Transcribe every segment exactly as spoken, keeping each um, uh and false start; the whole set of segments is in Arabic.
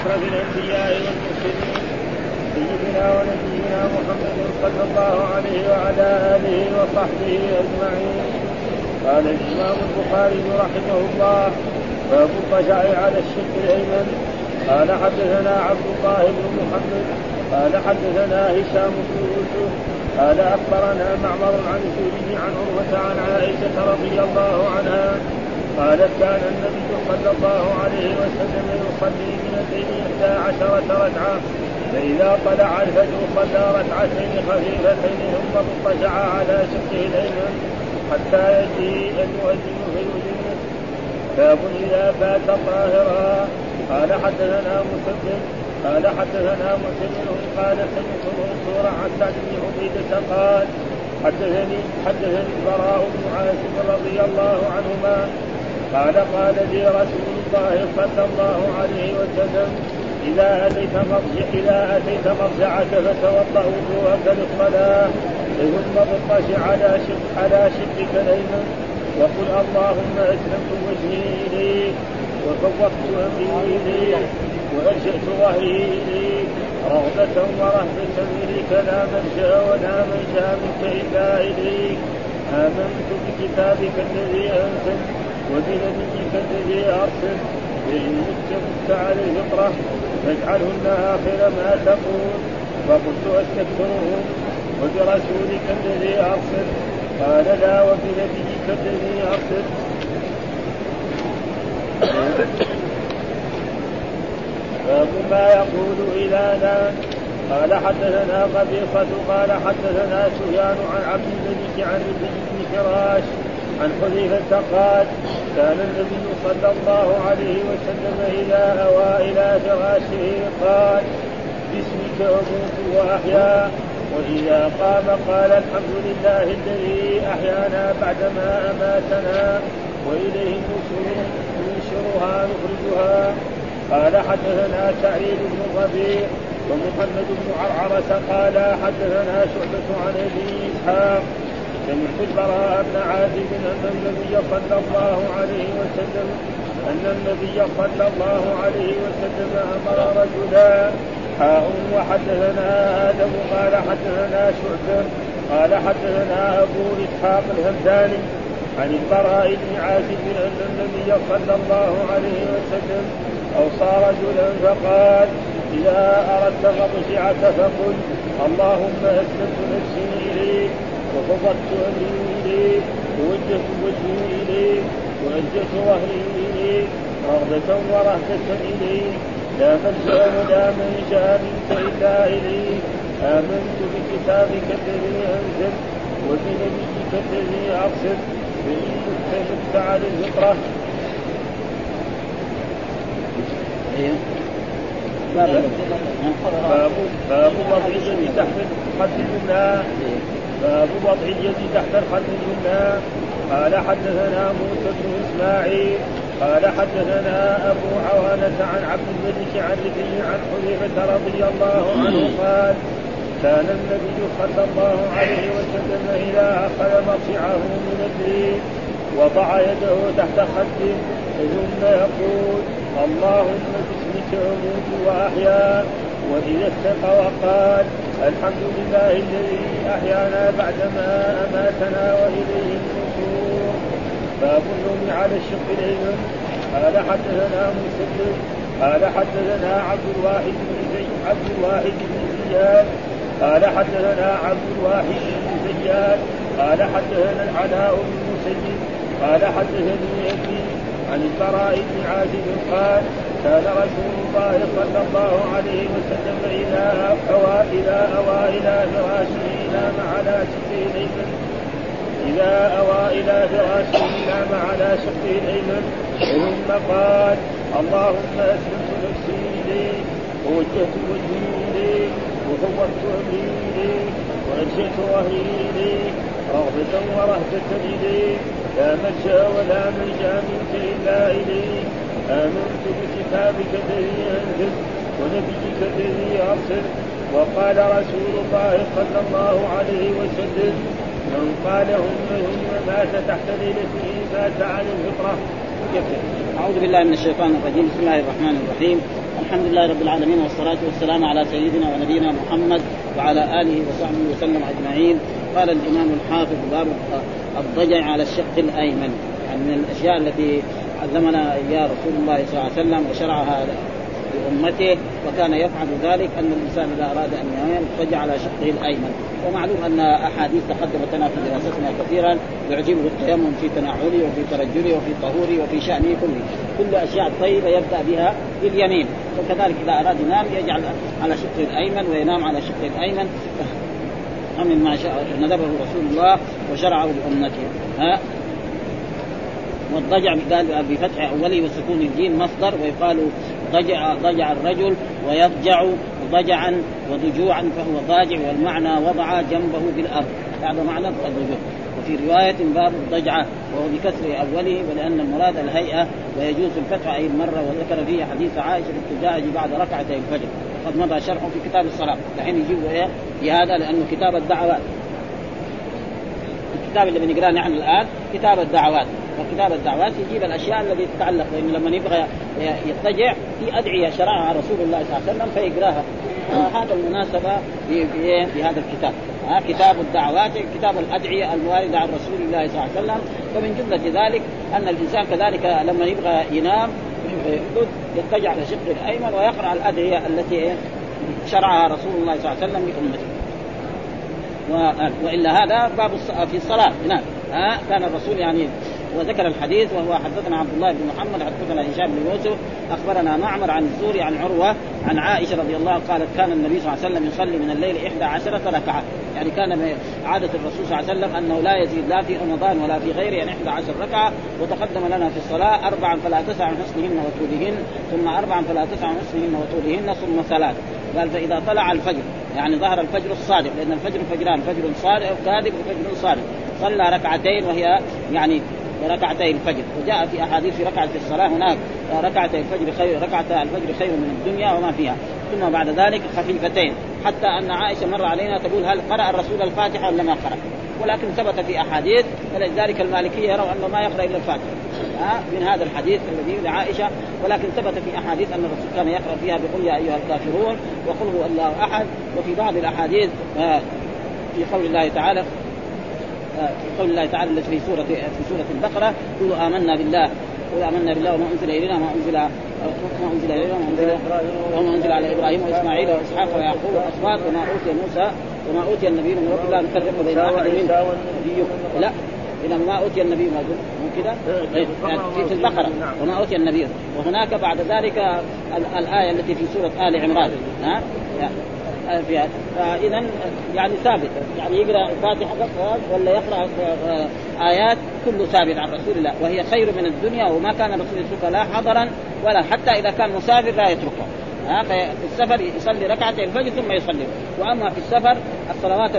أشرف الأنبياء والمرسلين سيدنا ونبينا محمد صلى الله عليه وعلى آله وصحبه أجمعين. قال الإمام البخاري رحمه الله: باب الضجع على الشق الأيمن. قال حدثنا عبد الله بن محمد قال حدثنا هشام بن يوسف قال أخبرنا معمر عن الزهري عن عروة عن عائشة رضي الله عنها قالت: كان النبي صلى الله عليه وسلم يصلي من الليل إحدى عشرة ركعة، فإذا طلع الفجر صلى ركعتين خفيفتين ثم اضطجع على شقه الأيمن حتى يأتي المؤذن فيؤذنه. باب إذا فات طاهرا. قال حدثنا مسدد قال حدثنا مسلم قال سمعت منصور عن سعد بن عبيدة قال: حدثني حدثني البراء بن عازب رضي الله عنهما قال: قال لي رسول الله صلى الله عليه وسلم: إذا أتيت مرجع إذا أتيت مرجعك فتوضأ وضوءك للصلاة ثم اضطجع على شق على شقك الأيمن وقل: اللهم أسلمت وجهي إليك وفوضت أمري إليك وألجأت ظهري إليك رغبة ورهبة إليك لا ملجأ ولا منجا منك إلا إليك. آمنت بكتابك الذي أنزلت وبنبيك الذي أرسلت، فإن مت مت على الفطرة فاجعلهن آخر ما تقول. فقلت: أستكثرهم وبرسولك الذي أرسلت؟ قال: لا، وبنبيك الذي أرسلت. باب ما يقول إذا نام. قال حدثنا قبيصة قال حدثنا سفيان عن عبد الملك عن ابن فراش عن حذيفة قال: كان النبي صلى الله عليه وسلم إذا أوى إلى فراشه قال: باسمك أموت وأحيا. وإذا قام قال: الحمد لله الذي أحيانا بعدما أماتنا وإليه النشور ننشرها نخرجها. قال حدثنا سعيد بن الربيع ومحمد بن عرعرة قال حدثنا شعبة عن أبي إسحاق سمعت البراء بن عازب أن النبي صلى الله عليه وسلم أن النبي صلى الله عليه وسلم أمر رجلا. حاء وحدثنا آدم قال حدثنا شعبة قال حدثنا أبو إسحاق الهمداني عن البراء بن عازب أن النبي صلى الله عليه وسلم أوصى رجلا فقال: إذا أردت مضجعك فقل: اللهم أسلمت نفسي إليك وفضلت أمري إليك ووجهت وجهي إليك وألجأت ظهري إليك رغبة ورهبة إليك لا ملجأ ولا منجا منك إلا إليك. آمنت بكتابك الذي أنزلت وبنبيك الذي أرسلت، فإن مت مت على الفطرة. باب باب وضع اليد تحت الخد اليمنى. باب وضع اليد تحت الخد اليمنى. قال حدثنا موسى بن اسماعيل قال حدثنا ابو عوانة عن عبد الملك عن ابي عن حذيفة رضي الله عنه قال: كان النبي صلى الله عليه وسلم اذا اخذ مضجعه من الليل وضع يده تحت خده ثم يقول: اللهم باسمك أموت وأحيا. وإذا استقى وقال: الحمد لله الذي أحيانا بعدما أماتنا وإليه النشور. باب النوم على الشق الأيمن. قال حدثنا مسدد قال حدثنا عبد الواحد بن زياد عبد الواحد بن زياد قال حدثنا عبد الواحد بن زياد قال حدثنا العلاء بن مسيب قال حدثني أبي عن البراء بن عازب قال: كان رسول الله صلى الله عليه وسلم إذا أوى إلى أوى إلى فراشه نام على شقه الأيمن إذا أوى إلى فراشه نام على شقه الأيمن ثم قال: اللهم أسلمت نفسي إليك ووجهت وجهي إليك وفوضت أمري إليك وألجأت ظهري إليك رغبة ورهبة إليك لا ملجأ ولا منجا منك إلا إليك. آمنت بكتابك الذي أنزلت ونبيك الذي أرسلت. وقال رسول الله صلى الله عليه وسلم: من قالهن ثم مات تحت ليلته مات عن الفطرة. أعوذ بالله من الشيطان الرجيم. بسم الله الرحمن الرحيم. الحمد لله رب العالمين والصلاة والسلام على سيدنا ونبينا محمد وعلى آله وصحبه وسلم أجمعين. قال الإمام الحافظ باب الضجع على الشق الأيمن، يعني من الأشياء التي علمنا إياه رسول الله صلى الله عليه وسلم وشرعها لأمته، وكان يفعل ذلك أن الإنسان إذا أراد أن ينام يضطجع على شقه الأيمن. ومعلوم أن أحاديث تقدمت لنا في دراستنا كثيرا يعجبه التيمم في تنعله وفي ترجله وفي طهوره وفي شأنه كله، كل أشياء الطيبة يبدأ بها باليمين، وكذلك إذا أراد ينام يجعل على شقه الأيمن وينام على شقه الأيمن ومن ما شاء ندبه رسول الله وشرعه لأمته. ها والضجع قال بفتح أوله وسكون الجيم مصدر، ويقال ضجع ضجع الرجل ويضجع ضجعا وضجوعا فهو ضاجع، والمعنى وضع جنبه بالأرض، هذا معنى الضجوع. وفي رواية باب الضجعة وهو بكسر أوله، ولأن المراد الهيئة ويجوز الفتح أي مرة. وذكر فيه حديث عائشة التجاهج بعد ركعتي الفجر، قد مضى شرحه في كتاب الصلاة، الحين يجيب بهذا لأنه كتاب الدعوات. الكتاب اللي بنقرأه نحن الآن كتاب الدعوات، وكتاب الدعوات يجيب الأشياء التي تتعلق، لأنه لما يبغى يضطجع في أدعية شرعها رسول الله صلى الله عليه وسلم فيقراها. هذا المناسبة بهذا الكتاب، كتاب الدعوات، كتاب الأدعية المواردة عن رسول الله صلى الله عليه وسلم. فمن جملة ذلك أن الإنسان كذلك لما يبغى ينام يضطجع على شقه الأيمن ويقرأ الأدعية التي شرعها رسول الله صلى الله عليه وسلم لأمته. وإلا هذا باب في الصلاة هناك. ها كان الرسول يعني وذكر الحديث، وهو حدثنا عبد الله بن محمد حدثنا هشام بن يوسف أخبرنا معمر عن الزهري عن عروة عن عائشة رضي الله عنها قالت كان النبي صلى الله عليه وسلم يصلي من الليل إحدى عشرة ركعة، يعني كان عادة الرسول صلى الله عليه وسلم أنه لا يزيد لا في رمضان ولا في غيره يعني إحدى عشر ركعة. وتقدم لنا في الصلاة أربعا فلا تسع عن حسنهن وطولهن، ثم أربعا فلا تسع عن حسنهن وطولهن، ثم ثلاث. قال فإذا طلع الفجر يعني ظهر الفجر الصادق، لأن الفجر فجران، فجر صادق كاذب وفجر صادق، صلى ركعتين وهي يعني ركعتي الفجر. وجاء في أحاديث في ركعة الصلاة هناك ركعتي الفجر خير، ركعة الفجر خير من الدنيا وما فيها، ثم بعد ذلك خفيفتين، حتى أن عائشة مر علينا تقول هل قرأ الرسول الفاتحة ولا ما قرأ، ولكن ثبت في أحاديث، ولذلك المالكية يروا أنه ما يقرأ إلا الفاتحة من هذا الحديث الذي لعائشة، ولكن ثبت في أحاديث أن الرسول كان يقرأ فيها بقل يا أيها الكافرون وقل هو الله أحد. وفي بعض الأحاديث في قول الله تعالى في قول الله تعالى التي في سورة في سورة البقرة قولوا آمنا بالله قولوا آمنا بالله وما أنزل إلينا وما أنزل وما أنزل إلينا وما أنزل على إبراهيم وإسماعيل وإسحاق ويعقوب والأسباط وما أوتي موسى وما أوتي النبيون من رب لا نفرق بين أحد منهم. لا إذا ما أوتي النبي ما كده في البقرة وما أوتي النبي، وهناك بعد ذلك الآية التي في سورة آل عمران ها فيها. فإذا يعني ثابت، يعني يقرأ الفاتحة ولا يقرأ آيات كله ثابت عن رسول الله، وهي خير من الدنيا. وما كان رسول يتركها لا حضرا ولا حتى إذا كان مسافر لا يتركها. ها في السفر يصلي ركعتين الفجر ثم يصلي. وأما في السفر الصلوات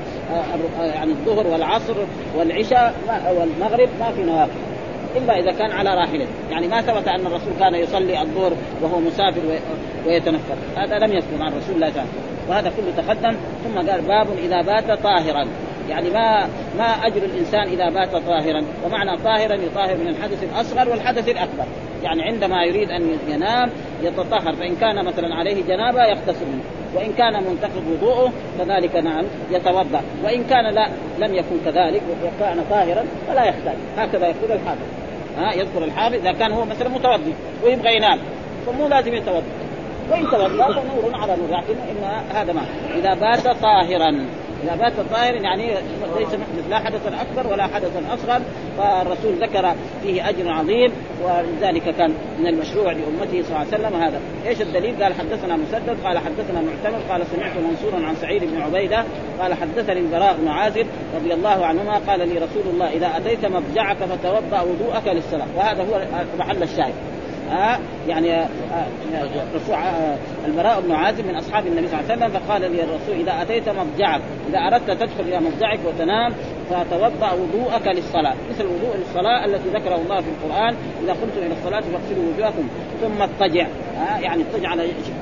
يعني الظهر والعصر والعشاء والمغرب ما في نوافل إلا إذا كان على راحلة، يعني ما ثبت أن الرسول كان يصلي الظهر وهو مسافر ويتنفل، هذا لم يثبت عن رسول الله تعالى. وهذا كله تقدم. ثم قال باب إذا بات طاهرا، يعني ما ما أجر الإنسان إذا بات طاهرا، ومعنى طاهرا يطهر من الحدث الأصغر والحدث الأكبر، يعني عندما يريد أن ينام يتطهر، فإن كان مثلا عليه جنابة يغتسل منه، وإن كان منتقض وضوءه كذلك نعم يتوضأ، وإن كان لا لم يكن كذلك وكان طاهرا فلا يحتاج. هكذا يقول الحافظ. ها يذكر الحافظ إذا كان هو مثلا متوضي ويبغى ينام فمو لازم يتوضأ، وإن توضأ فنور على نور، لكن إن هذا ما إذا بات طاهرا. إذا بات طاهرا يعني ليس محدث لا حدثا أكبر ولا حدثا أصغر، فالرسول ذكر فيه أجر عظيم، ولذلك كان من المشروع لأمته صلى الله عليه وسلم. هذا إيش الدليل؟ قال حدثنا مسدد قال حدثنا معتمر قال سمعت منصورا عن سعيد بن عبيدة قال حدثني البراء بن عازب رضي الله عنهما قال لي رسول الله إذا أتيت مضجعك فتوضأ وضوءك للصلاة. وهذا هو محل الشاهد. آه يعني آه رفوع آه البراء بن عازب من أصحاب النبي صلى الله عليه وسلم، فقال لي الرسول إذا أتيت مضجعك إذا أردت تدخل إلى مضجعك وتنام فتوضأ وضوءك للصلاة، مثل الوضوء للصلاة التي ذكره الله في القرآن إذا قمتم إلى الصلاة فاغسلوا وجوهكم ثم اضطجع. آه يعني اضطجع على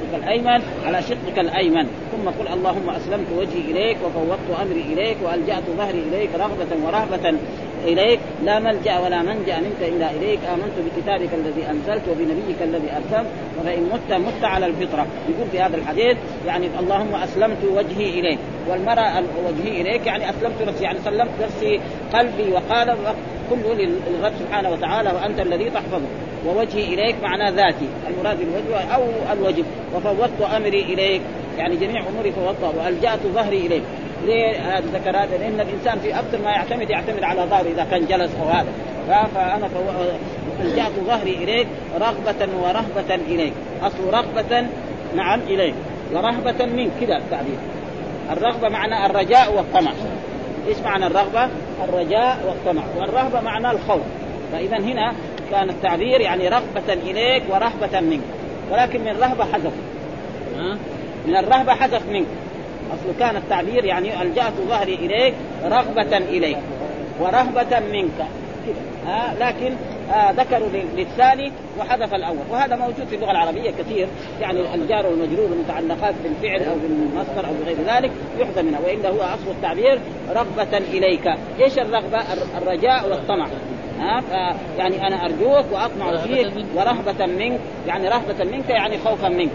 شقك الأيمن على شقك الأيمن، ثم قل اللهم أسلمت وجهي إليك وفوضت أمري إليك وألجأت ظهري إليك رغبة ورهبة إليك لا ملجأ ولا منجأ منك إلا إليك، آمنت بكتابك الذي أنزلت وبنبيك الذي أرسلت وفإن مت مت على الفطرة. يقول في هذا الحديث يعني اللهم أسلمت وجهي إليك، والمرأة وجهي إليك يعني أسلمت نفسي، يعني سلمت نفسي قلبي وقالب كله للرب سبحانه وتعالى وأنت الذي تحفظه، ووجهي إليك معنى ذاتي المراد بالوجه أو الوجه، وفوضت أمري إليك يعني جميع أموري فوضتها، وألجأت ظهري إليك. ليه هذا ذكر هذا؟ لأن الإنسان في أكثر ما يعتمد يعتمد على ظهره إذا كان جلس أو هذا، فأنا ألجأت ظهري إليك رغبة ورهبة إليك. أصل رغبة نعم إليك ورهبة منك كذا التعبير. الرغبة معنى الرجاء والطمع. إيش معنى الرغبة؟ الرجاء والطمع، والرهبة معنى الخوف. فإذا هنا كان التعبير يعني رغبة إليك ورهبة منك، ولكن من الرهبة حذف من الرهبة حذف منك. أصل كان التعبير يعني ألجأت ظهري إليك رغبة إليك ورهبة منك آه لكن آه ذكروا للثاني وحذف الأول، وهذا موجود في اللغة العربية كثير، يعني الجار والمجرور المتعلقات بالفعل أو بالمصدر أو بغير ذلك يحذف منها، وإلا هو أصل التعبير رغبة إليك. إيش الرغبة؟ الرجاء والطمع. آه يعني أنا أرجوك وأطمع فيك، ورهبة منك يعني رهبة منك يعني خوفا منك.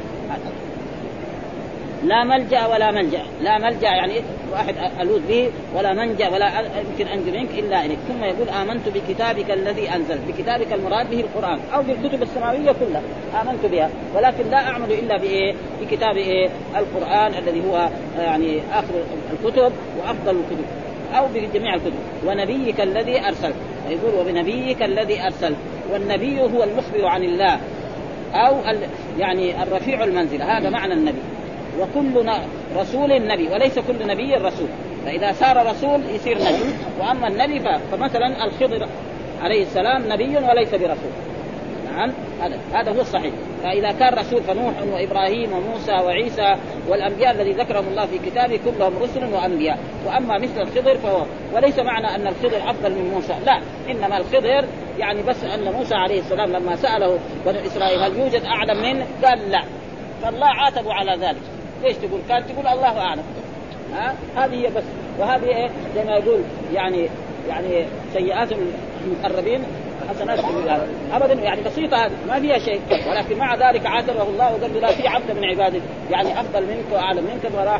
لا ملجأ ولا منجأ، لا ملجأ يعني واحد ألوذ به، ولا منجأ ولا يمكن أنجو منك إلا إليك. ثم يقول آمنت بكتابك الذي أنزل، بكتابك المراد به القرآن أو بالكتب السماوية كلها آمنت بها، ولكن لا أعمل إلا بإيه؟ بكتاب إيه؟ القرآن الذي هو يعني آخر الكتب وأفضل الكتب أو بجميع الكتب، ونبيك الذي أرسلت. يقول وبنبيك الذي أرسلت، والنبي هو المخبر عن الله أو يعني الرفيع المنزلة، هذا معنى النبي. وكل رسول نبي وليس كل نبي رسول، فإذا صار رسول يصير نبي. وأما النبي فمثلا الخضر عليه السلام نبي وليس برسول. نعم هذا هذا هو الصحيح. فإذا كان رسول فنوح وإبراهيم وموسى وعيسى والأنبياء الذي ذكرهم الله في كتابه كلهم رسل وأنبياء. وأما مثل الخضر فهو وليس معنى أن الخضر أفضل من موسى، لا، إنما الخضر يعني بس أن موسى عليه السلام لما سأله بنو إسرائيل هل يوجد أعلم منه قال لا، فالله عاتبوا على ذلك. ليش تقول؟ كان تقول الله أعلم. ها هذه هي بس. وهذه إيه زي ما يقول يعني يعني سيئات المقربين حسنات أبدا، يعني بسيطة هذه ما فيها شيء، ولكن مع ذلك عاتبه الله وقال له لا، في عبد من عباده يعني أفضل منك وأعلم منك وراح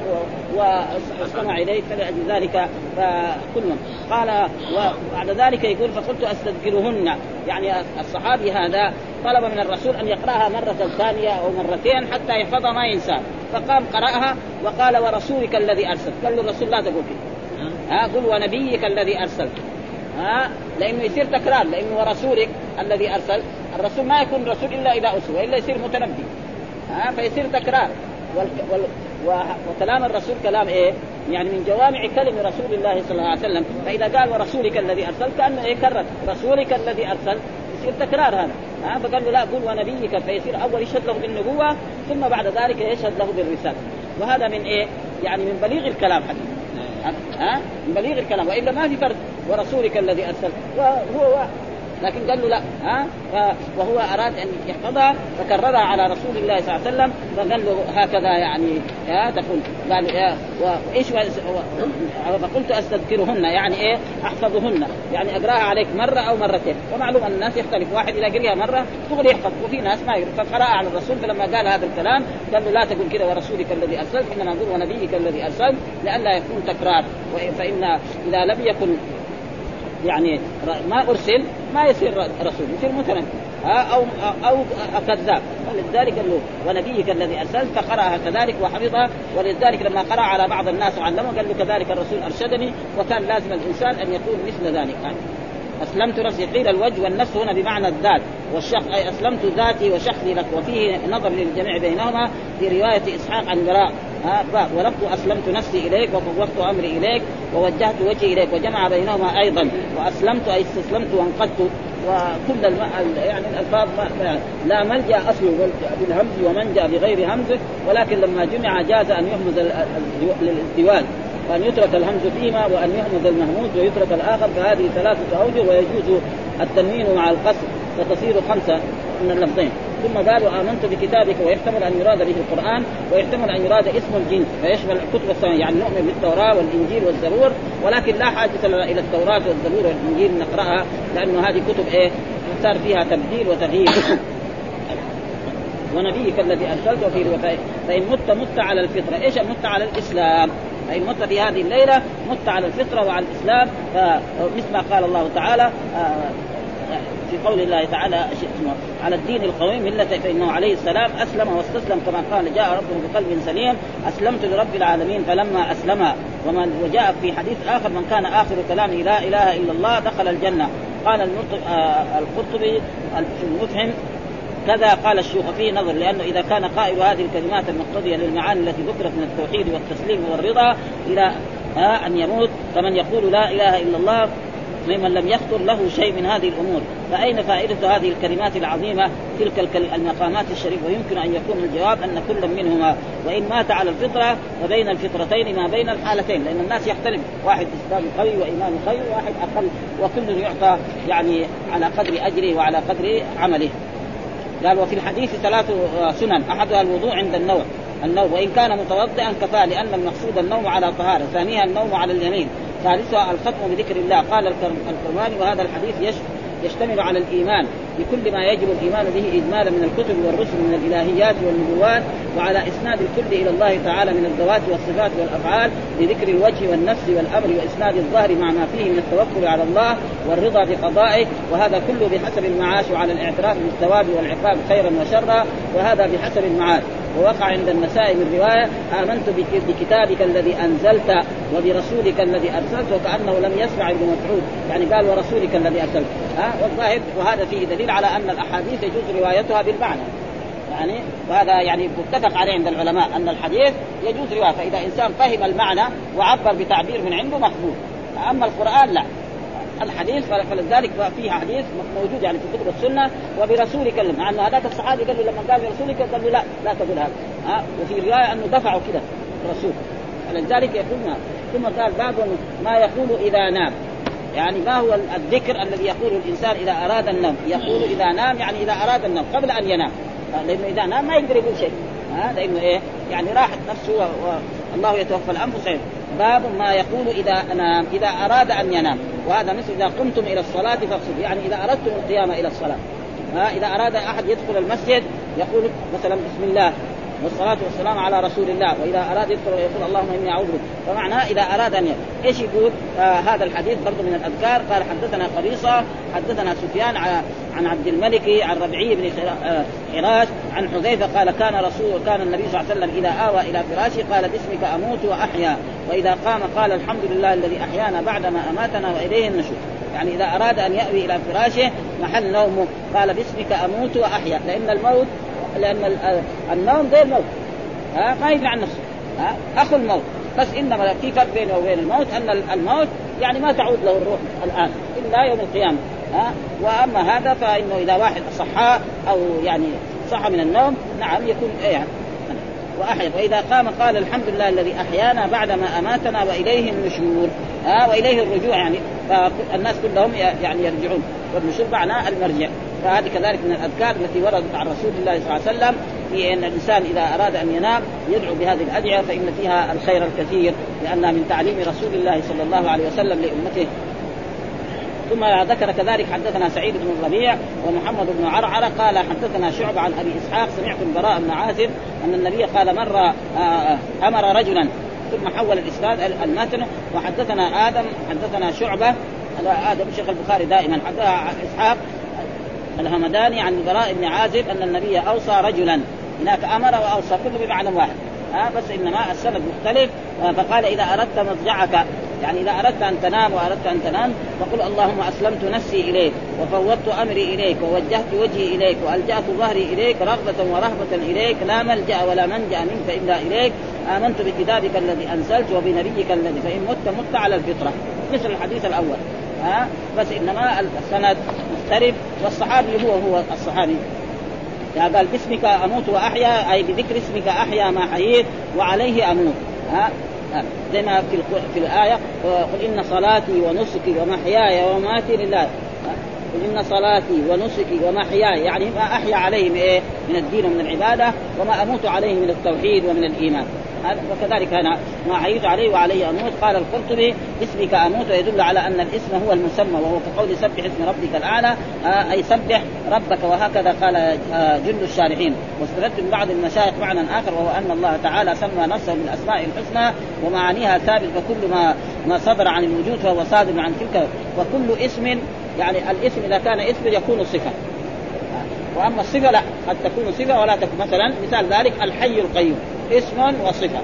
واستمع إليك، فلأجل ذلك فكلهم قال. وبعد ذلك يقول فقلت أستذكرهن، يعني الصحابي هذا طلب من الرسول أن يقرأها مرة ثانية أو مرتين حتى يحفظها ما ينسى، فقام قرأها وقال ورسولك الذي أرسل. قال له الرسول لا تقول كده، ها قل ونبيك الذي أرسل، ها لأنه يصير تكرار، لأنه ورسولك الذي أرسل. الرسول ما يكون رسول إلا إذا أرسل، وإلا يصير متنبي، ها فيصير تكرار. وال... وال... وكلام الرسول كلام إيه؟ يعني من جوامع كلمة رسول الله صلى الله عليه وسلم. فإذا قال ورسولك الذي أرسل كأنه يكرر رسولك الذي أرسل، يصير تكرار هذا. ها فقال له لا قل ونبيك، فيصير أول يشهد له بالنبوة ثم بعد ذلك يشهد له بالرسالة. وهذا من إيه؟ يعني من بليغ الكلام حديث، ها من بليغ الكلام، وإلا ما في فرق. ورسولك الذي أرسل وهو واحد، لكن قال له لا، ها وهو أراد أن يحفظها فكررها على رسول الله صلى الله عليه وسلم، فقال له هكذا يعني يا تقول. قال يا وإيش فقلت أستذكرهن يعني إيه؟ أحفظهن، يعني أقرأها عليك مرة أو مرتين. ومعلوم أن الناس يختلف، واحد إذا قرأها مرة تقول يحفظ، وفي ناس ما يقرأ. فقرأها على الرسول، فلما قال هذا الكلام قال له لا تقول كذا ورسولك الذي أرسلت، إنما نقول ونبيك الذي أرسلت، لئلا يكون تكرار. فإن إذا لم يكن يعني ما أرسل ما يصير رسول، يصير متنبي أو أو كذاب. ولذلك قال له ونبيك الذي أرسلت، فقرأها كذلك وحفظها. ولذلك لما قرأ على بعض الناس وعلمه قال له كذلك الرسول أرشدني، وكان لازم الإنسان أن يكون مثل ذلك. يعني أسلمت نفسي، قيل الوجه والنفس هنا بمعنى الذات، والشخص أي أسلمت ذاتي وشخصي لك. وفيه نظر للجميع بينهما في رواية إسحاق عن براء ولفظ أسلمت نفسي إليك وفوضت أمري إليك ووجهت وجهي إليك، وجمع بينهما أيضا وأسلمت أي استسلمت وانقدت. وكل الم... يعني الألفاظ ما... لا ملجأ أصله بالهمز ومنجأ بغير همز، ولكن لما جمع جاز أن يهمز للازدواج، وأن يترك الهمز فيما، وأن يهمز المهموز ويترك الآخر. فهذه ثلاثة أوجه، ويجوز التنوين مع القصر فتصير خمسة من اللفظين. ثم قالوا آمنت بكتابك، ويحتمل أن يراد به القرآن، ويحتمل أن يراد اسم الجنس فيشمل الكتب الثانية، يعني نؤمن بالتوراة والإنجيل والزبور، ولكن لا حاجة إلى التوراة والزبور والإنجيل نقرأها، لأنه هذه كتب إيه صار فيها تبديل وتغيير. ونبيك الذي أرسلته في الوفاء فإن مت مت على الفطرة. إيش مت على الإسلام؟ فإن مت في هذه الليلة مت على الفطرة وعلى الإسلام، مثل ما قال الله تعالى في قول الله تعالى على الدين القويم ملة، فإنه عليه السلام أسلم واستسلم كما قال جاء ربه بقلب سليم أسلمت لرب العالمين فلما أسلم. وجاء في حديث آخر من كان آخر كلامه لا إله إلا الله دخل الجنة. قال القرطبي في المفهم كذا قال الشيوخ فيه نظر، لأنه إذا كان قائل هذه الكلمات المقتضية للمعاني التي ذكرت من التوحيد والتسليم والرضا إلى أن يموت كمن يقول لا إله إلا الله ممن لم يخطر له شيء من هذه الأمور، فأين فائدة هذه الكلمات العظيمة تلك المقامات الشريفة؟ ويمكن أن يكون الجواب أن كل منهما وإن مات على الفطرة فبين الفطرتين ما بين الحالتين، لأن الناس يختلف، واحد إسلام قوي وإيمان قوي، واحد أقل، وكل يعطى يعني على قدر أجره وعلى قدر عمله. قال وفي الحديث ثلاث سنن، أحدها الوضوء عند النوم النوم وإن كان متوضئا كفى، لأن المقصود النوم على طهارة، ثانيها النوم على اليمين، ثالثها الختم بذكر الله. قال الكرماني وهذا الحديث يشتمل على الإيمان بكل ما يجب الإيمان به إجمالا من الكتب والرسل من الإلهيات والنبوات، وعلى إسناد الكل إلى الله تعالى من الذوات والصفات والأفعال بذكر الوجه والنفس والأمر، وإسناد الظاهر مع ما فيه من التوكل على الله والرضا بقضائه، وهذا كله بحسب المعاش وعلى الاعتراف بالثواب والعقاب خيرا وشرا، وهذا بحسب المعاش. ووقع عند النسائي من رواية آمنت بكتابك الذي أنزلت وبرسولك الذي أرسلت، وكأنه لم يسمع ابن مسعود، يعني قال ورسولك الذي أرسلت. ها والظاهر وهذا فيه دليل على أن الأحاديث يجوز روايتها بالمعنى، يعني وهذا يعني متفق عليه عند العلماء أن الحديث يجوز رواية، فإذا إنسان فهم المعنى وعبر بتعبير من عنده مقبول. أما القرآن لا، الحديث فلذلك فيه حديث موجود يعني في كتب السنة وبرسولك، مع أن هذاك الصحابي قال له لما قال برسولك قال له لا لا تقول هذا، ها وفي رواية أنه دفعوا كده الرسول، فلذلك يقولنا. ثم قال باب ما يقول إذا نام، يعني ما هو الذكر الذي يقول الإنسان إذا أراد النوم؟ يقول إذا نام يعني إذا أراد النوم قبل أن ينام، لأنه إذا نام ما يقدر يقول شيء، ها لأنه إيه يعني راحت نفسه والله يتوفى الأنفس. باب ما يقول إذا نام إذا أراد أن ينام، وهذا مثل إذا قمتم إلى الصلاة فاغسلوا، يعني إذا أردتم القيام إلى الصلاة. ها إذا أراد أحد يدخل المسجد يقول مثلا بسم الله والصلاة والسلام على رسول الله، وإذا أراد يدخل يقول اللهم إني أعوذ بك. فمعناه إذا أراد أن ينام إيش يقول؟ آه هذا الحديث برضو من الأذكار. قال حدثنا قبيصة حدثنا سفيان عن عبد الملك عن ربيعي بن حراش عن حذيفة قال كان رسول كان النبي صلى الله عليه وسلم إذا آوى إلى فراشه قال باسمك أموت وأحيا، وإذا قام قال الحمد لله الذي أحيانا بعدما أماتنا وإليه النشور. يعني إذا أراد أن يأوي إلى فراشه محل نومه قال باسمك أموت وأحيا، لأن الموت لأن النوم غير الموت، ها ما يدري عن نفسه، ها أخو الموت، بس إنما في فرق بينه وبين الموت أن الموت يعني ما تعود له الروح الآن إلا يوم القيامة، ها وأما هذا فإنه إذا واحد صحى أو يعني صحى من النوم نعم يكون يعني وأحيا. وإذا قام قال الحمد لله الذي أحيانا بعدما أماتنا وإليه النشور، ها وإليه الرجوع، يعني فالناس كلهم يعني يرجعون، والنشور معناه المرجع. فهذه كذلك من الأذكار التي وردت عن رسول الله صلى الله عليه وسلم في أن الإنسان إذا أراد أن ينام يدعو بهذه الأدعية فإن فيها الخير الكثير، لأنها من تعليم رسول الله صلى الله عليه وسلم لأمته. ثم ذكر كذلك حدثنا سعيد بن الربيع ومحمد بن عرعرة قال حدثنا شعبة عن أبي إسحاق سمعت البراء بن عازب أن النبي قال مر أمر رجلا، ثم حول الإسناد المتن. وحدثنا آدم حدثنا شعبة آدم شيخ البخاري دائما حدثنا إسحاق الهمداني عن البراء بن عازب أن النبي أوصى رجلا، هناك أمر وأوصى كله بمعنى واحد، ها بس إنما السند مختلف. فقال إذا أردت مضجعك، يعني إذا أردت أن تنام وأردت أن تنام فقل اللهم أسلمت نفسي إليك وفوضت أمري إليك ووجهت وجهي إليك وألجأت ظهري إليك رغبة ورهبة إليك لا ملجأ ولا منجأ منك إلا إليك، آمنت بكتابك الذي أنزلت وبنبيك الذي فإن مت مت على الفطرة، مثل الحديث الأول، ها بس إنما السند مختلف. والصحابي هو هو الصحابي يعني قال باسمك أموت وأحيا، أي بذكر اسمك أحيا ما حييت وعليه أموت، ها زي ما في في الآية قل إن صلاتي ونسكي ومحياي ومماتي لله، قل إن صلاتي ونسكي ومحياي يعني ما أحيا عليه من, إيه؟ من الدين ومن العبادة وما أموت عليه من التوحيد ومن الإيمان. وكذلك أنا ما أحييت عليه وعليه أموت. قال القرطبي اسمك أموت ويدل على أن الاسم هو المسمى وهو كقول سبح اسم ربك الأعلى أي سبح ربك. وهكذا قال جند الشارحين. واستفدت من بعض المشايخ معنى آخر وهو أن الله تعالى سمى نفسه بالأسماء الحسنى ومعانيها ثابت فكل ما ما صدر عن الوجود فهو صادر عن تلك. وكل اسم يعني الاسم إذا كان اسم يكون صفة وأما الصفة لا قد تكون صفة ولا تكون. مثلا مثال ذلك الحي القيوم اسم وصفة.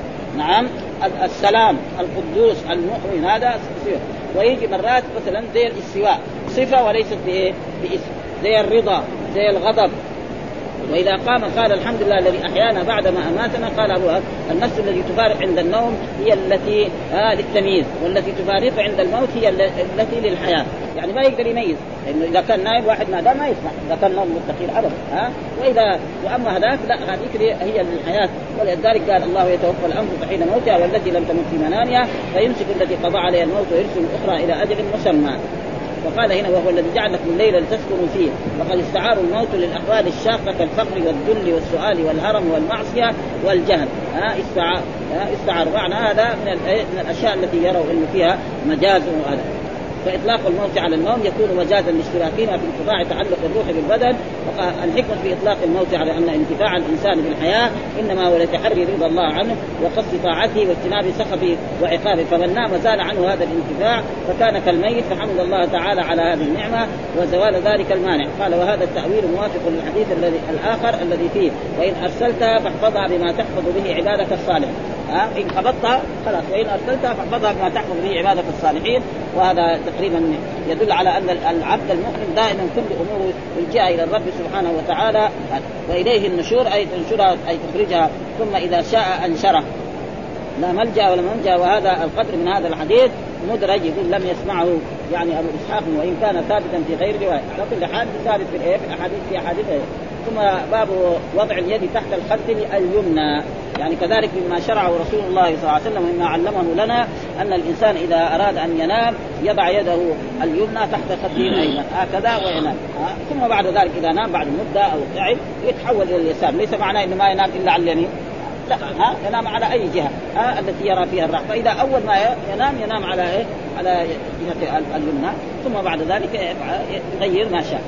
نعم السلام القدوس المؤمن هذا صفة. ويجي مرات مثلا زي الاستواء صفة وليست بإيه باسم زي الرضا زي الغضب. وإذا قام قال الحمد لله الذي أحيانا بعد ما أماتنا. قال أبوها النفس التي تفارق عند النوم هي التي آه للتمييز والتي تفارق عند الموت هي التي للحياة. يعني ما يقدر يميز إنه إذا كان نايم واحد ما دام ما يسمع إذا كان نوم مستقيل أبدا ها. وإذا وأما هذاك لا هذيك هي للحياة. ولذلك قال الله يتوفى الأنفس حين موتها والتي لم تمت في منامها فيمسك التي قضى عليها الموت ويرسل الأخرى إلى أجل مسمى. وقال هنا وهو الذي جعل لكم الليل لتسكنوا فيه. وقد استعار الموت للأحوال الشاقة كالفقر والذل والسؤال والهرم والمعصية والجهل. ها استعار استعار معنى هذا من من الأشياء التي يروا إنه فيها مجاز. وهذا فإطلاق الموت على النوم يكون مجازا لاشتراكنا في انقطاع تعلق الروح بالبدن. والحكمة في إطلاق الموت على أن انتفاع الإنسان بالحياة إنما هو لتحري رضا الله عنه وقصد طاعته واجتناب سخطه وعقابه. فمن نام زال عنه هذا الانتفاع فكان كالميت فحمد الله تعالى على هذه النعمة وزوال ذلك المانع. قال وهذا التأويل موافق للحديث الذي الآخر الذي فيه وإن أرسلتها فاحفظها بما تحفظ به عبادك الصالح. ها إن قبضتها خلاص وإن أرسلتها فاحفظها بما تحفظ به عبادك الصالحين. وهذا تقريبا يدل على أن العبد المؤمن دائما كل أموره الجاء إلى الرب سبحانه وتعالى وإليه النشور أي تنشرها أي تخرجها ثم إذا شاء أنشره لا ملجأ ولا منجأ. وهذا القدر من هذا الحديث مدرج يقول لم يسمعه يعني أبو إسحاق وإن كان ثابتا في غير رواية لكن الحادث ثابت في الإيه في الأحاديث في أحاديث. ثم باب وضع اليد تحت الخد اليمنى يعني كذلك مما شرعه رسول الله صلى الله عليه وسلم ومما علمه لنا أن الإنسان إذا أراد أن ينام يضع يده اليمنى تحت خده الأيمن هكذا وينام. ثم بعد ذلك إذا نام بعد مدة أو تعب يتحول إلى اليسار. ليس معناه إنه ما ينام إلا على اليمين لا ها ينام على أي جهة ها التي يرى فيها الراحة. فإذا أول ما ينام ينام على إيه على جهة اليمنى ثم بعد ذلك يغير ما شاء.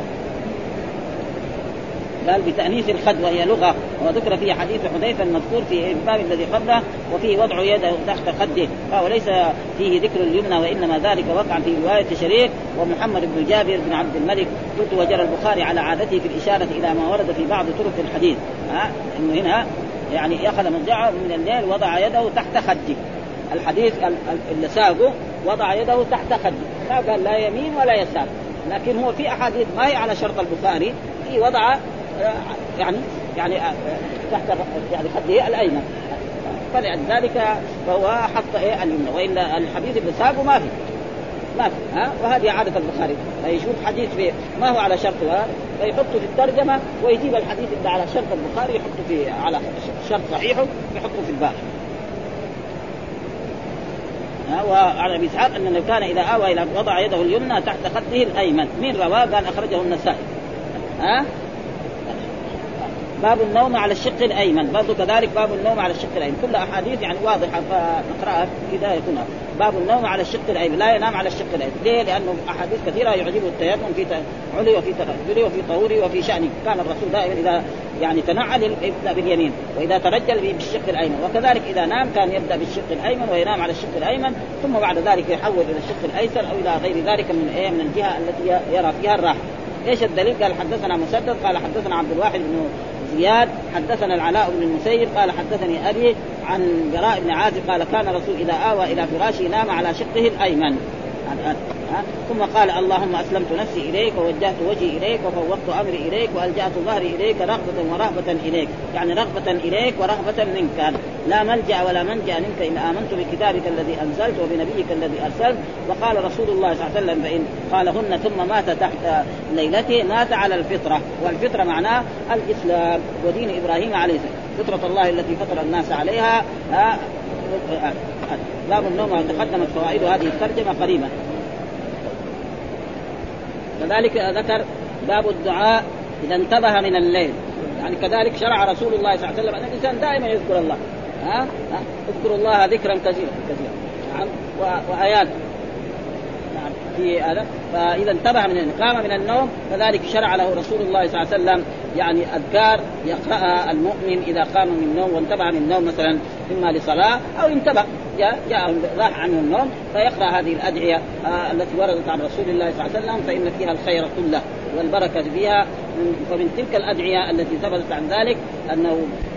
قال بتأنيث الخد وهي لغة وذكر فيه حديث حذيفة المذكور في الباب الذي قبله وفيه وضع يده تحت خده وليس فيه ذكر اليمنى وإنما ذلك وقع في رواية شريك ومحمد بن جابر بن عبد الملك. قلت وجرى البخاري على عادته في الإشارة إلى ما ورد في بعض طرق الحديث ها إنه هنا يعني أخذ مضجعه من الليل وضع يده تحت خده. الحديث اللي ساقه وضع يده تحت خده ما قال لا يمين ولا يسار. لكن هو في أحاديث ما هي على شرط البخاري في وضع يعني يعني تحت يعني خده الأيمن فلذلك فهو حط إيه اليمنى. وإلا الحديث اللي ساقه ما في ما في ها. وهذه عادة البخاري فيشوف حديث في ما هو على شرطه فيحطه في الترجمة ويجيب الحديث اللي على شرط البخاري يحطه في على شرط صحيحه يحطه في الباب. وعلى ابي اسحاق انه كان اذا اوى الى وضع يده اليمنى تحت خده الايمن. من رواه قال اخرجه النسائي. ها باب النوم على الشق الايمن برضو كذلك باب النوم على الشق الايمن كل احاديث يعني واضحه فنقراها كذا يكون باب النوم على الشق الايمن لا ينام على الشق الايمن. ليه؟ لانه احاديث كثيره يعجبه التيمم في علي وفي ترجل وفي طهوري وفي شأنه. كان الرسول دائما اذا يعني تنعل يبدا باليمين واذا ترجل بالشق الايمن وكذلك اذا نام كان يبدا بالشق الايمن وينام على الشق الايمن ثم بعد ذلك يحول الى الشق الايسر او الى غير ذلك من ايه من الجهه التي يرى فيها الراحه. ايش الدليل؟ قال حدثنا مسدد قال حدثنا عبد الواحد بن زياد حدثنا العلاء بن المسيب قال حدثني أبي عن براء بن عازب قال كان رسول إذا آوى إلى فراشه نام على شقه الأيمن. ثم قال اللهم أسلمت نفسي إليك ووجهت وجهي إليك وفوضت أمري إليك وألجأت ظهري إليك رغبة ورهبة إليك يعني رغبة إليك ورهبة منك لا ملجأ ولا منجأ منك إن آمنت بكتابك الذي أنزلت وبنبيك الذي أرسلت. وقال رسول الله صلى الله عليه وسلم فإن قالهن ثم مات تحت ليلته مات على الفطرة. والفطرة معناه الإسلام ودين إبراهيم عليه السلام فطرة الله التي فطر الناس عليها. باب النوم تقدمت فوائد هذه الترجمة قريبا. كذلك ذكر باب الدعاء إذا انتبه من الليل، يعني كذلك شرع رسول الله صلى الله عليه وسلم أن الإنسان دائما يذكر الله، ها اذكروا الله ذكرا كثيرا كثيرا نعم وآيات نعم في هذا. فإذا انتبه من قام من النوم كذلك شرع له رسول الله صلى الله عليه وسلم يعني أذكار يقرأها المؤمن إذا قام من النوم وانتبه من النوم مثلا إما لصلاة أو انتبه جاء جاء راح عنه النوم فيقرأ هذه الأدعية آه التي وردت عن رسول الله صلى الله عليه وسلم فإن فيها الخير كله والبركة فيها. ومن تلك الأدعية التي ثبتت عن ذلك أنه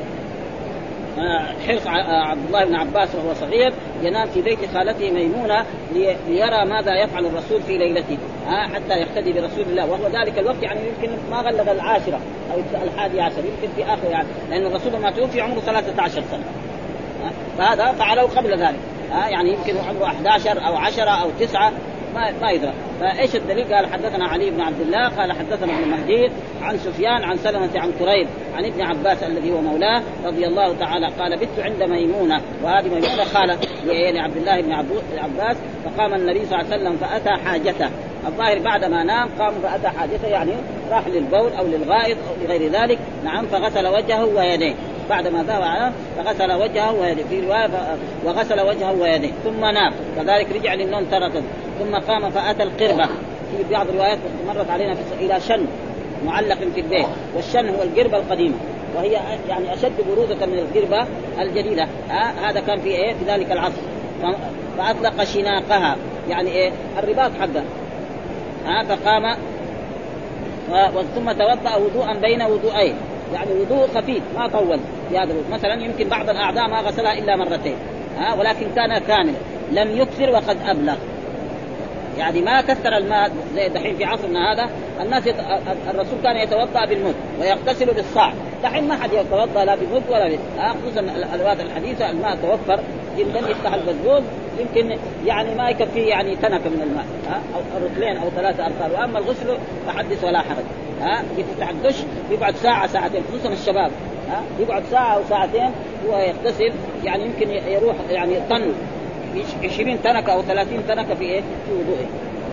حرص عبد الله بن عباس وهو صغير ينام في بيت خالته ميمونة ليرى ماذا يفعل الرسول في ليلته حتى يقتدي برسول الله، وهو ذلك الوقت يعني يمكن ما غلق العاشرة أو الحادي عشر يمكن في آخر يعني، لأن الرسول ما توفي عمره ثلاثة عشر سنة فهذا فعله قبل ذلك يعني يمكن عمره أحد عشر أو عشرة أو تسعة ما ما يدرى. فايش الدليل؟ قال حدثنا علي بن عبد الله قال حدثنا ابن مهدي عن سفيان عن سلمة عن كريب عن ابن عباس الذي هو مولاه رضي الله تعالى قال بت عند ميمونة، وهذه ميمونة خالة لعبد الله بن عباس. فقام النبي صلى الله عليه وسلم فأتى حاجته، الظاهر بعد ما نام قام فأتى حاجته يعني راح للبول أو للغائط أو لغير ذلك نعم، فغسل وجهه ويديه بعد ما ذهب فغسل وجهه ويديه في رواية وغسل وجهه ويديه ثم نام كذلك رجع للنوم ترة ثم قام فأتى القربة في بعض الروايات مرت علينا في إلى شن معلق في البيت، والشن هو القربة القديمة وهي يعني أشد برودة من القربة الجديدة آه هذا كان في إيه في ذلك العصر. فأطلق شناقها يعني إيه الرباط حقه آه فقام ثم توضأ وضوءا بين وضوءين يعني وضوء خفيف ما طول في هذا مثلا يمكن بعض الأعضاء ما غسلها إلا مرتين آه ولكن كان كامل لم يكثر وقد أبلغ يعني ما كثر الماء زي دحين في عصرنا هذا الناس يت... الرسول كان يتوضأ بالمد ويغتسل بالصاع، دحين ما حد يتوضأ لا بمد ولا بمد آه خصوصا الألوات الحديثة الماء توفر جدا يفتح البزبوز يمكن يعني ما يكفي يعني تنكة من الماء آه أو رطلين أو ثلاثة أرطال، وأما الغسل فحدث ولا حرج آه يفتح الدش يقعد ساعة ساعتين خصوصا الشباب آه يقعد ساعة أو ساعتين ويغتسل يعني يمكن يروح يعني طن عشرين تنكة أو ثلاثين تنكة في إيه في وضوءه.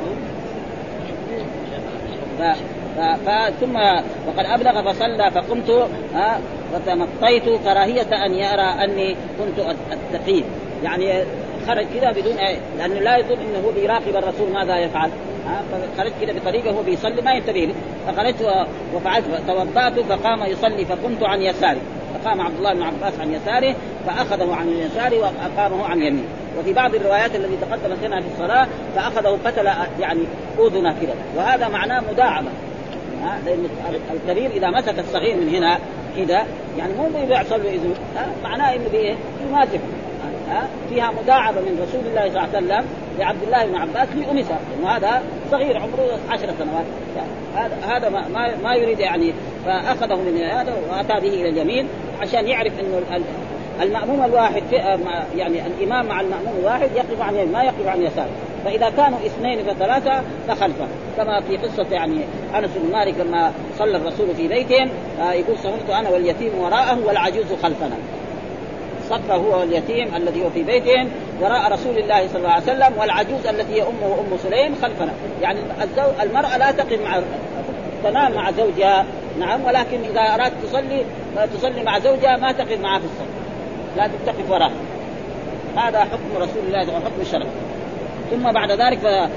ف... ف... ثم وقد أبلغ فصلى فقمت ها وتمطيت كراهية أن يرى أني كنت أتقي يعني خرج كذا بدون إيه لأنه لا يظن أنه هو بيراقب الرسول ماذا يفعل ها فخرج كذا بطريقة هو بيصلي ما ينتبه لي فخرجت وفعلت توضأت فقام يصلي فقمت عن يساري فقام عبد الله بن عباس عن يساره فأخذه عن يساره وأقامه عن يمينه. وفي بعض الروايات التي تقدمت لنا في الصلاة فأخذه فتل يعني أذنه كده وهذا معناه مداعبة لأن الكبير إذا مسك الصغير من هنا كده يعني مو بيحصل له إذن معناه إنه بإيه يماسك فيها مداعبة من رسول الله صلى الله عليه وسلم لعبد الله بن عباس لأمسه إنه هذا صغير عمره عشر سنوات هذا هذا ما ما يريد يعني فأخذه من هذا وأتى به إلى اليمين عشان يعرف إنه المأموم الواحد يعني الإمام مع المأموم الواحد يقف عن يمين ما يقف عن يسار، فإذا كانوا اثنين فثلاثة فخلفه كما في قصة يعني أنس بن مالك لما صلى الرسول في بيتهم يقول صفرت أنا واليتيم وراءه والعجوز خلفنا، صف هو واليتيم الذي هو في بيتهم وراء رسول الله صلى الله عليه وسلم والعجوز التي هي أمه أم سليم خلفنا. يعني الزوج المرأة لا تقف مع تنام مع زوجها نعم، ولكن إذا أرادت تصلي تصلي مع زوجها ما تقف معها في الصف لازم تقف وراء. هذا حكم رسول الله وحكم الشرع. ثم بعد ذلك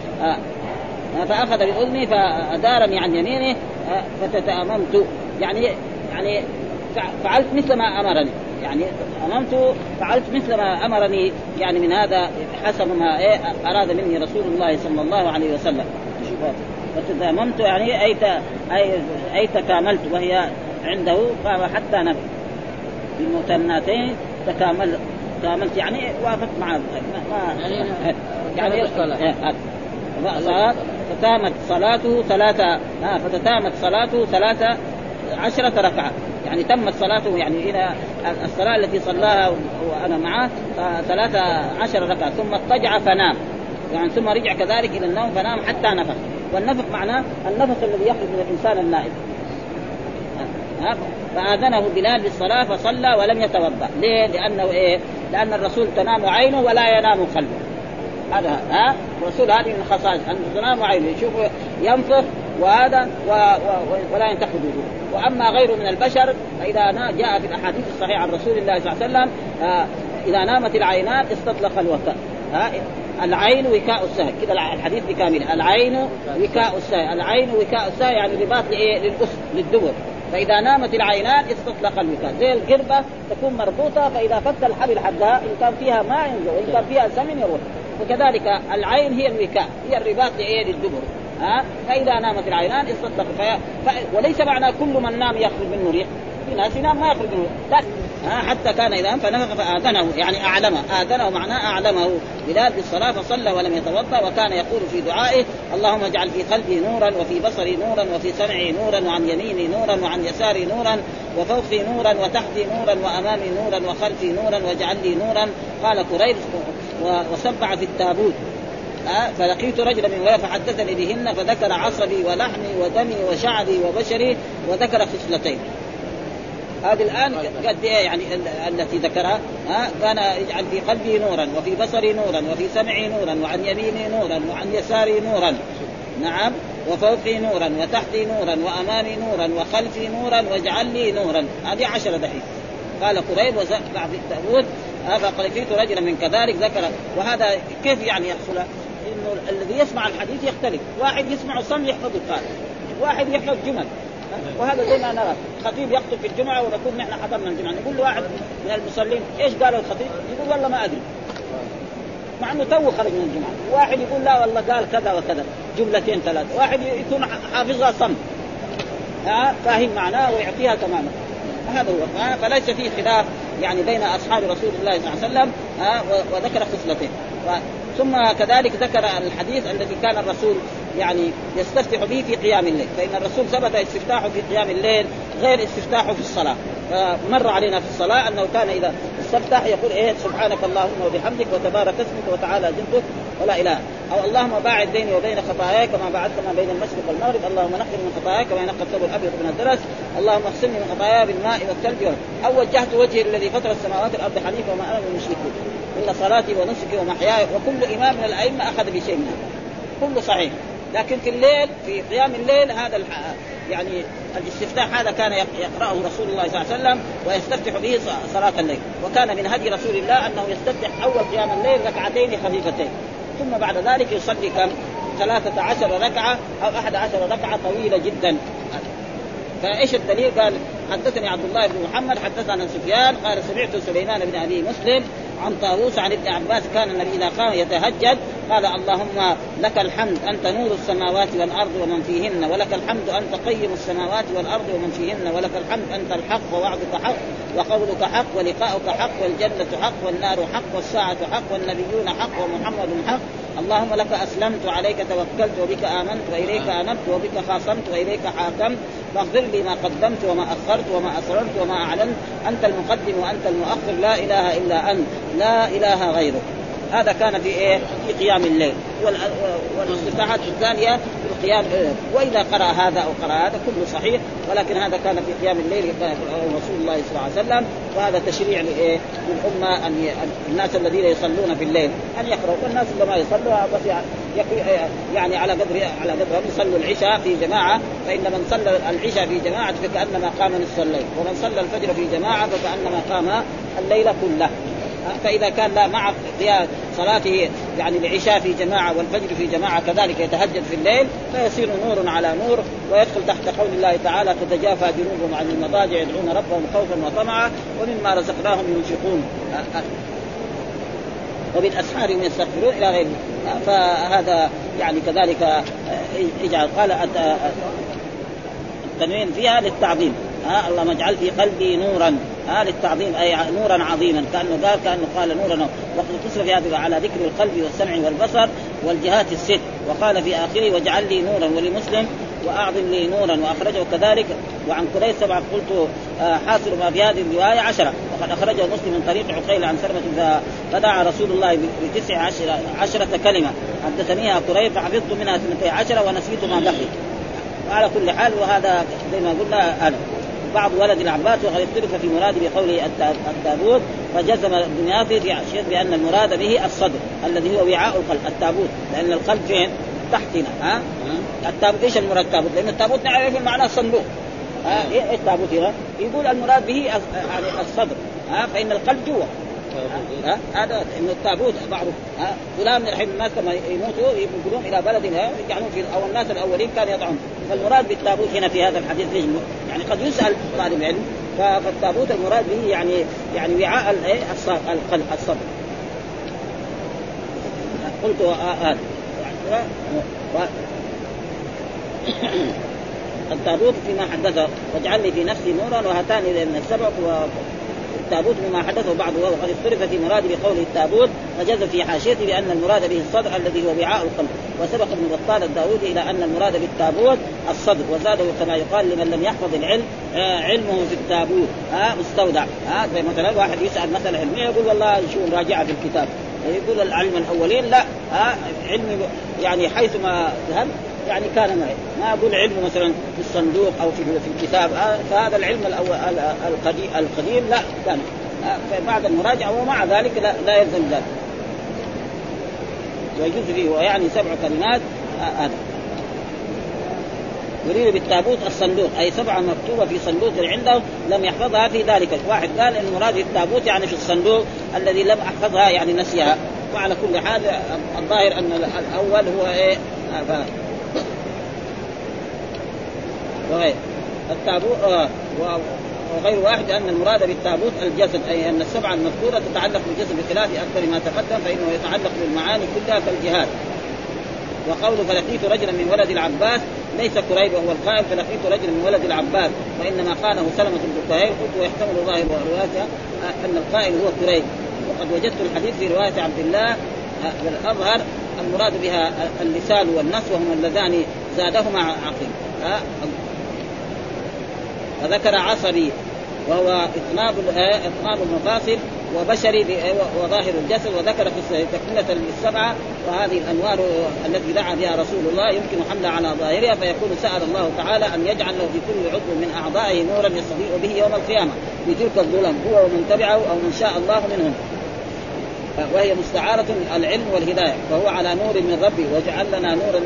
فأخذ بأذني فأدارني عن يمينه فتتأممت يعني يعني فعلت مثل ما أمرني يعني أممت فعلت مثل ما أمرني يعني من هذا حسب ما إيه أراد مني رسول الله صلى الله عليه وسلم. فتتأممت يعني أي أي أي تكاملت وهي عنده حتى نفس بالمتناتين تكامل تكاملت يعني وافقت مع ما يعني صلاة فتامت صلاته ثلاثة آه فتتامت صلاته ثلاثة عشرة ركعة يعني تمت صلاته يعني إلى الصلاة التي صلاها وأنا معه ثلاثة عشر ركعة ثم اضطجع فنام يعني ثم رجع كذلك إلى النوم فنام حتى نفخ. والنفخ معناه النفخ الذي يخرج من الإنسان النائم. فآذنه بلال بالصلاة فصلى ولم يتوضأ. ليه؟ لأنه إيه؟ لأن الرسول تنام عينه ولا ينام قلبه. هذا ها الرسول هذه من خصائص أن تنام عينه يشوف ينفخ وهذا و... و... ولا ينتقد وضوءه. واما غيره من البشر فاذا جاء في الاحاديث الصحيحه عن رسول الله صلى الله عليه وسلم آه اذا نامت العينان استطلق الوكاء. آه العين وكاء السهل كذا الحديث بكامله. العين وكاء السهل، العين وكاء السهل يعني رباط لايه؟ للأسد للدبر. فاذا نامت العينان استطلق الوكاء، زي القربه تكون مربوطه فاذا فك الحبل حقها ان كان فيها ماء ينزل وان كان فيها سمن يروح. وكذلك العين هي الوكاء، هي الرباط لايه؟ للدبر. ها فاذا نامت العينان استطلق في... ف... وليس معنى كل من نام يخرج منه ريح، في ناس ينام ما يخرج منه لا. ها حتى كان اذا فنفخ فآذنه يعني اعلمه، آذنه معناه اعلمه بلال بالصلاه فصلى ولم يتوضا. وكان يقول في دعائه اللهم اجعل في قلبي نورا وفي بصري نورا وفي سمعي نورا وعن يميني نورا وعن يساري نورا وفوقي نورا وتحتي نورا وامامي نورا وخلفي نورا واجعل لي نورا. قال كريب وسبع في التابوت أه فلقيت رجلا من ولا فحدثني بهن فذكر عصبي ولحمي ودمي وشعري وبشري وذكر خصلتين. هذه الآن قد يعني التي ذكرها ها كان يجعل في قلبي نورا وفي بصري نورا وفي سمعي نورا وعن يميني نورا وعن يساري نورا نعم وفوقي نورا وتحتي نورا وأمامي نورا وخلفي نورا واجعل لي نورا. هذه عشرة دحين. قال قريب وسبع في التابوت فلقيت رجلا من كذلك ذكر. وهذا كيف يعني يحصل؟ إنه الذي يسمع الحديث يختلف، واحد يسمع صم يحفظ القارئ، واحد يحفظ جمل. وهذا زي ما نرى خطيب يخطب في الجمعة ونكون نحن حضرنا الجمعة نقول له واحد من المصلين إيش قال الخطيب؟ يقول والله ما أدري، مع أنه تو خرج من الجمعة. واحد يقول لا والله قال كذا وكذا جملتين ثلاثة. واحد يكون حافظها صم ها فاهم معناه ويعطيها تماما. هذا هو. فليس فيه خلاف يعني بين أصحاب رسول الله صلى الله عليه وسلم ها وذكر خصلتين. ثم كذلك ذكر الحديث الذي كان الرسول يعني يستفتح به في قيام الليل، فإن الرسول ثبت استفتاحه في قيام الليل غير استفتاحه في الصلاة. فمر علينا في الصلاة أنه كان إذا استفتح يقول إيه سبحانك اللهم وبحمدك وتبارك اسمك وتعالى جدك ولا إله، أو اللهم باعد بيني وبين خطاياي كما باعدت ما بين المشرق والمغرب، اللهم نقني من خطاياي كما ينقى الثوب الأبيض من الدنس، اللهم اغسلني من خطاياي بالماء والثلج. أو وجهت وجهي الذي فطر السماوات والأرض حنيفا وما أنا من المشركين، إن صلاتي ونسكي ومحياي. وكل إمام من الأئمة أخذ بشيء منها كله صحيح. لكن في الليل في قيام الليل هذا يعني الاستفتاح هذا كان يقرأه رسول الله صلى الله عليه وسلم ويستفتح به صلاة الليل. وكان من هدي رسول الله أنه يستفتح أول قيام الليل ركعتين خفيفتين، ثم بعد ذلك يصلي كم ثلاثة عشر ركعة أو أحد عشر ركعة طويلة جدا. فإيش الدليل؟ قال حدثني عبد الله بن محمد حدثنا سفيان قال سمعت سليمان بن أبي مسلم عن طاووس عن ابن عباس كان النبي إذا قام يتهجد قال اللهم لك الحمد أنت نور السماوات والأرض ومن فيهن، ولك الحمد أنت قيم السماوات والأرض ومن فيهن، ولك الحمد أنت الحق ووعدك حق وقولك حق ولقاؤك حق والجنة حق والنار حق والساعة حق والنبيون حق ومحمد حق. اللهم لك أسلمت وعليك توكلت وبك آمنت وإليك أنبت وبك خاصمت وإليك حاكمت فاغفر لي ما قدمت وما أخرت وما أسررت وما أعلنت، أنت المقدم وأنت المؤخر لا إله إلا أنت لا إله غيرك. هذا كان في إيه؟ في قيام الليل. والاستفتاحات الثانية في قيام إيه؟ وإذا قرأ هذا أو قرأ هذا كله صحيح، ولكن هذا كان في قيام الليل رسول الله صلى الله عليه وسلم. وهذا تشريع لإيه؟ للأمة أن الناس الذين يصلون في الليل أن يقرأوا، والناس اللي ما يصلوا بس يعني على قدر على قدر يصلوا العشاء في جماعة، فإن من صلى العشاء في جماعة فكأنما قام نصف الليل، ومن صلى الفجر في جماعة فكأنما قام الليل كله. فإذا كان لا مع قيام صلاته يعني العشاء في جماعة والفجر في جماعة كذلك يتهجد في الليل فيصير نور على نور، ويدخل تحت قول الله تعالى تتجافى جنوبهم عن المضاجع يدعون ربهم خوفا وطمعا ومما رزقناهم ينفقون وبالأسحار يستغفرون إلى غيره. فهذا يعني كذلك يجعل قال التنوين فيها للتعظيم ها اللهم اجعل في قلبي نورا ها للتعظيم أي نورا عظيما، كأنه قال كأنه قال نورا. وقد قصر في هذا على ذكر القلب والسمع والبصر والجهات الست، وقال في آخره واجعل لي نورا، ولمسلم وأعظم لي نورا، وأخرجه كذلك. وعن كريس سبعة قلت حاصل ما في هذه الرواية عشرة، وقد أخرجه مسلم من طريق عقيل عن سلمة فدعا رسول الله بتسع عشرة, عشرة كلمة حدثنيها كريس فحفظت منها اثنتي عشرة ونسيت ما بقي. وعلى كل حال وهذا زي ما قلنا أنا بعض ولد العباس وقد اختلف في مراد بقوله التابوت، فجزم ابن نافع في بأن المراد به الصدر الذي هو وعاء القلب التابوت، لأن القلب فين تحت هنا. ها التابوت ايش المراد التابوت؟ لان التابوت نعرف معناه الصندوق. ها ايه التابوت هنا؟ يقول المراد به يعني الصدر. ها فان القلب جوا. ها هذا انه التابوت معروف. ها فلان من الحين الناس لما يموتوا ينقلون الى بلدنا يجعلون في او الناس الاولين كانوا يضعون. فالمراد بالتابوت هنا في هذا الحديث ليش؟ يعني قد يسال طالب العلم. فالتابوت المراد به يعني يعني وعاء القلب الصدر. قلت هذا التابوت فيما حدثه واجعلني في نفسي نورا وهاتاني من السبع. التابوت مما حدثه بعض وقد اختلف في مراد بقوله التابوت فجاز في حاشيته بأن المراد به الصدر الذي هو وعاء القلب. وسبق ابن بطال الداودي إلى أن المراد بالتابوت الصدر وزاده كما يقال لمن لم يحفظ العلم علمه في التابوت ها مستودع. ها مثلا واحد يسأل مسألة علمية يقول والله شو راجعة في الكتاب يقول العلم الأولين لا ها علم يعني حيث ما ذهب يعني كان معي ما أقول علم مثلا في الصندوق أو في في الكتاب. فهذا العلم الأول القديم القديم لا كان بعد المراجعة ومع ذلك لا, لا يلزم ذلك ويجوز فيه ويعني سبع كلمات. هذا يريد بالتابوت الصندوق أي سبعة مكتوبة في صندوق عنده لم يحفظها في ذلك. واحد قال إن مراد التابوت يعني في الصندوق الذي لم أحفظها يعني نسيها. وعلى كل حال الظاهر أن الأول هو إيه وغير التابوت آه وغير واحد أن المراد بالتابوت الجسد أي أن السبعة المذكورة تتعلق بالجسد بخلاف أكثر ما تقدم فإنه يتعلق بالمعاني كلها كالجهاد. وقوله فلقيت رجلا من ولد العباس ليس كريب وهو القائل فلقيت رجلا من ولد العباس وإنما قاله سلمة بن كهيل قلت ويحتمل ظاهر روايته أن القائل هو كريب. وقد وجدت الحديث في رواية عبد الله والأظهر المراد بها اللسان والنص وهما اللذان زادهما عقل. وذكر عصبي وهو إطناب إطناب المفاصل وبشري وظاهر الجسد. وذكر في تكملة للسبعة وهذه الأنوار التي دعا بها رسول الله يمكن حملها على ظاهرها فيقول سأل الله تعالى أن يجعل له في كل عضو من أعضائه نورا يستضيء به يوم القيامة بتلك الظلم هو ومن تبعه أو من شاء الله منهم. وهي مستعارة العلم والهداية فهو على نور من ربي وجعل لنا نورا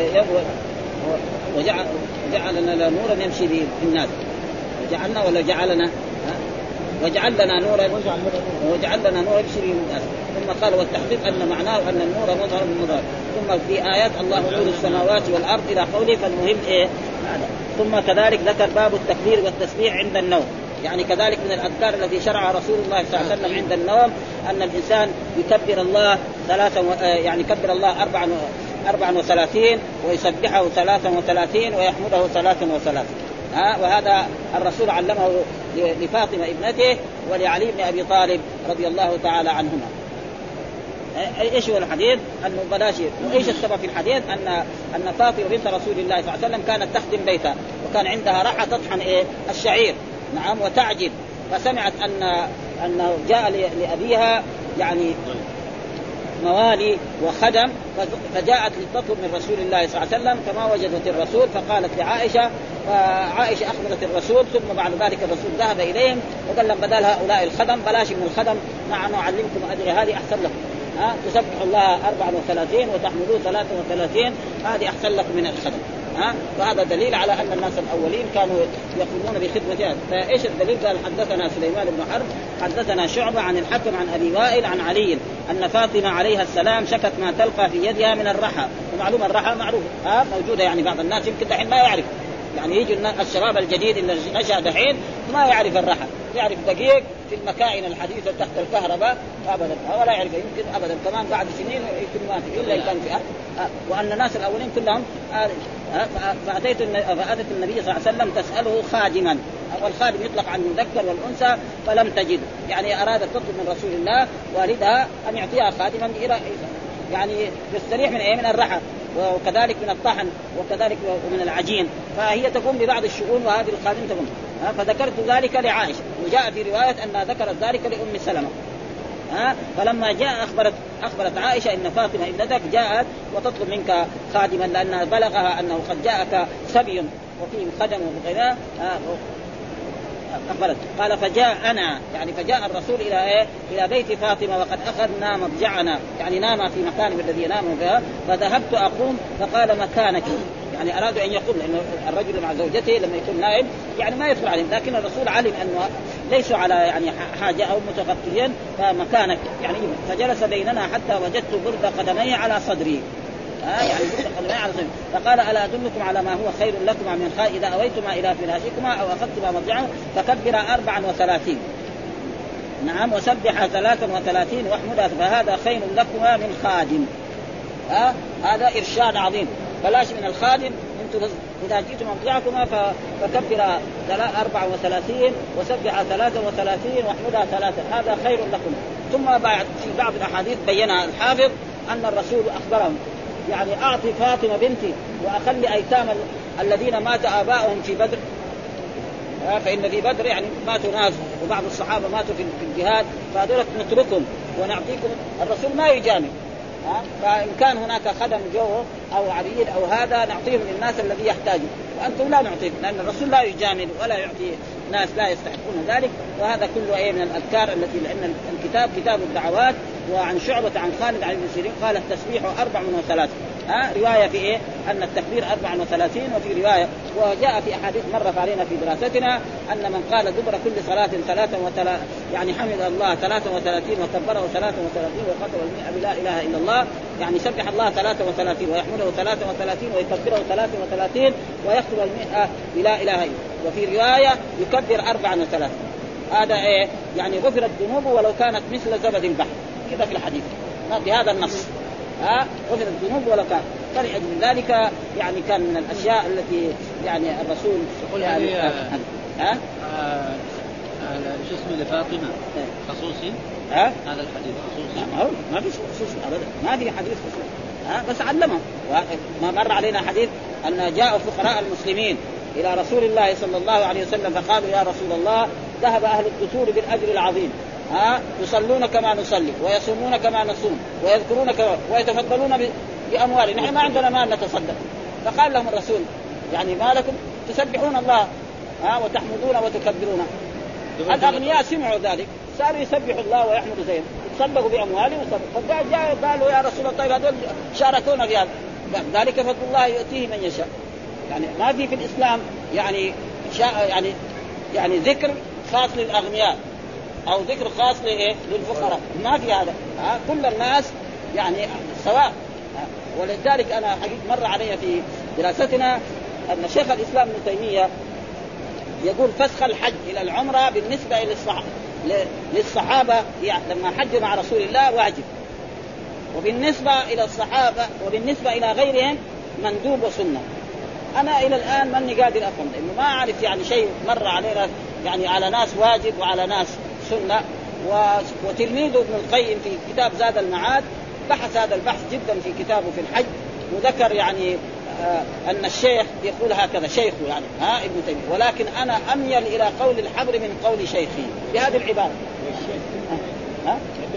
وجعل جعلنا نورا يمشي به في الناس جعلنا ولا جعلنا وجعل لنا نورا وجعل لنا نورا يمشي به الناس. ثم قال والتحقيق أن معناه أن النور مظهر من مظهر. ثم في آيات الله نور السماوات والأرض إلى قوله فالمهم إيه هذا. ثم كذلك ذكر باب التكبير والتسبيح عند النوم يعني كذلك من الأذكار التي شرع رسول الله صلى الله عليه وسلم عند النوم أن الإنسان يكبر الله ثلاثا يعني يكبر الله أربعا أربعا وثلاثين ويسبحه ثلاثا وثلاثين ويحمده ثلاثا وثلاثين. ها وهذا الرسول علمه لفاطمة ابنته ولعلي بن أبي طالب رضي الله تعالى عنهما. ايش هو الحديث؟ انه بلاش وايش السبب في الحديث؟ ان ان فاطمه بنت رسول الله صلى الله عليه وسلم كانت تخدم بيتها وكان عندها رحى تطحن ايه الشعير نعم وتعجب فسمعت ان انه جاء لابيها يعني موالي وخدم فجاءت لتطلب من رسول الله صلى الله عليه وسلم فما وجدت الرسول فقالت لعائشة فعائشة أخبرت الرسول ثم بعد ذلك الرسول ذهب إليهم وقال لهم بدل هؤلاء الخدم بلاش من الخدم مع أنه أعلمكم أجر هذه أحسن لكم. ها تسبح الله أربعة وثلاثين وتحمدوه ثلاثة وثلاثين هذه أحسن لكم من الخدم. ها وهذا دليل على أن الناس الأولين كانوا يقومون بخدمتها. فإيش الدليل؟ قال حدثنا سليمان بن حرب حدثنا شعبة عن الحكم عن أبي وائل عن علي أن فاطمة عليها السلام شكت ما تلقى في يدها من الرحى. ومعلومة الرحى معروفة ها موجودة يعني بعض الناس يمكن دحين ما يعرف يعني يجي الشباب الجديد اللي نشأ دحين ما يعرف الرحى يعرف دقيق في المكائن الحديثة تحت الكهرباء أبدا ولا يعرف يمكن أبدا كمان بعد سنين يمكن ما في إلا كان في أه. وأن الناس الأولين كلهم أه. فأتيت فأتت النبي صلى الله عليه وسلم تسأله خادما والخادم يطلق عن المذكر والأنثى فلم تجد يعني أرادت تطلب من رسول الله والدها أن يعطيها خادما يعني يستريح من أي من الرحى وكذلك من الطحن وكذلك من العجين فهي تقوم ببعض الشؤون وهذه الخادم تقوم. فذكرت ذلك لعائشة وجاء في رواية أنها ذكرت ذلك لأم سلمة. ها فلما جاء أخبرت أخبرت عائشة إن فاطمة ابنتك جاءت وتطلب منك خادما لأنها بلغها أنه قد جاءك سبي وفيه خدم وغيره أقبلت. قال فجاءنا يعني فجاء الرسول إلى إيه؟ إلى بيت فاطمة وقد أخذنا مضجعنا يعني نام في مكانه الذي ينام فيها. فذهبت أقوم فقال مكانك يعني أرادوا أن يقوم لأن الرجل مع زوجته لما يكون نائم يعني ما يدخل عليهم لكن الرسول علم أنه ليسوا على يعني حاجة أو متغطيين فمكانك يعني. فجلس بيننا حتى وجدت برد قدمي على صدري آه يعني برد قدمي على صدري. فقال ألا أدلكم على ما هو خير لكما من خير إذا أويتما إلى فراشكما أو أخذتما مضجعا فكبر أربعا وثلاثين نعم وسبح ثلاثا وثلاثين واحمدا فهذا خير لكما من خادم. آه هذا إرشاد عظيم. بلاش من الخادم انتم إذا جئتم مضجعكما فكبر أربعا وثلاثين وسبح ثلاثا وثلاثين واحمدا ثلاثا هذا خير لكم. ثم بعد في بعض الأحاديث بينها الحافظ أن الرسول أخبرهم يعني أعطي فاطمة بنتي وأخلي أيتام الذين مات آباؤهم في بدر فإن في بدر يعني ماتوا ناس وبعض الصحابة ماتوا في الجهاد فهذول نتركهم ونعطيكم. الرسول ما يجامل فإن كان هناك خدم جوه أو عبيد أو هذا نعطيهم للناس الذي يحتاجوا وأنتم لا نعطيهم لأن الرسول لا يجامل ولا يعطي ناس لا يستحقون ذلك. وهذا كله أي من الأذكار التي لأن الكتاب كتاب الدعوات. وعن شعبة عن خالد عن ابن سيرين قال التسبيح أربع وثلاث ها رواية في إيه أن التكبير أربع وثلاثين وفي رواية وجاء في أحاديث مرت علينا في دراستنا أن من قال دبر كل صلاة ثلاثة وثلا يعني حمد الله ثلاثة وثلاثين وكبره ثلاثة وثلاثين وختم المئة بلا إله إلا الله يعني سبح الله ثلاثة وثلاثين ويحمده ثلاثة وثلاثين ويكبره ثلاثة وثلاثين ويختم المئة بلا إله إلا الله. وفي رواية يكبر أربع وثلاثين هذا إيه يعني غفرت ذنوبه ولو كانت مثل زبد البحر كذا في الحديث بهذا النص ها غفرت الذنوب ولو كان. فلأجل ذلك يعني كان من الأشياء التي يعني الرسول يقول يعني ها ها شو اسمه لفاطمة خصوصي ها هذا الحديث خصوصي ما ما في خصوصي أبدا ما في حديث خصوصي ها بس علمهم. ما مر علينا حديث أن جاء فقراء المسلمين إلى رسول الله صلى الله عليه وسلم فقالوا يا رسول الله ذهب أهل الدثور بالأجر العظيم ها يصلون كما نصلي ويصومون كما نصوم ويذكرون كما ويتفضلون بأموال نحن ما عندنا مال نتصدق. فقال لهم الرسول يعني ما لكم تسبحون الله ها وتحمدون وتكبرون. الأغنياء سمعوا ذلك صاروا يسبحوا الله ويحمدوا زيهم تصدقوا بأموالهم فجاء قالوا يا رسول الله طيب هذول شاركونا في هذا ذلك فضل الله يؤتيه من يشاء. يعني ما في في الإسلام يعني شاء يعني يعني ذكر خاص للأغنياء أو ذكر خاص لإيه للفقراء ما في هذا ها كل الناس يعني سواء. ولذلك أنا حقيقة مر علي في دراستنا أن شيخ الإسلام ابن تيمية يقول فسخ الحج إلى العمرة بالنسبة للصحابة يعني لما حجوا مع رسول الله واجب وبالنسبة إلى الصحابة وبالنسبة إلى غيرهم مندوب وسنة. أنا إلى الآن ماني قادر أفهم لأنه ما أعرف يعني شيء مر علينا يعني على ناس واجب وعلى ناس سنة. وتلميذه ابن القيم في كتاب زاد المعاد بحث هذا البحث جدا في كتابه في الحج وذكر يعني آه أن الشيخ يقول هكذا شيخه يعني ها ابن تيمية ولكن أنا أميل إلى قول الحبر من قول شيخي بهذه العبارة. ها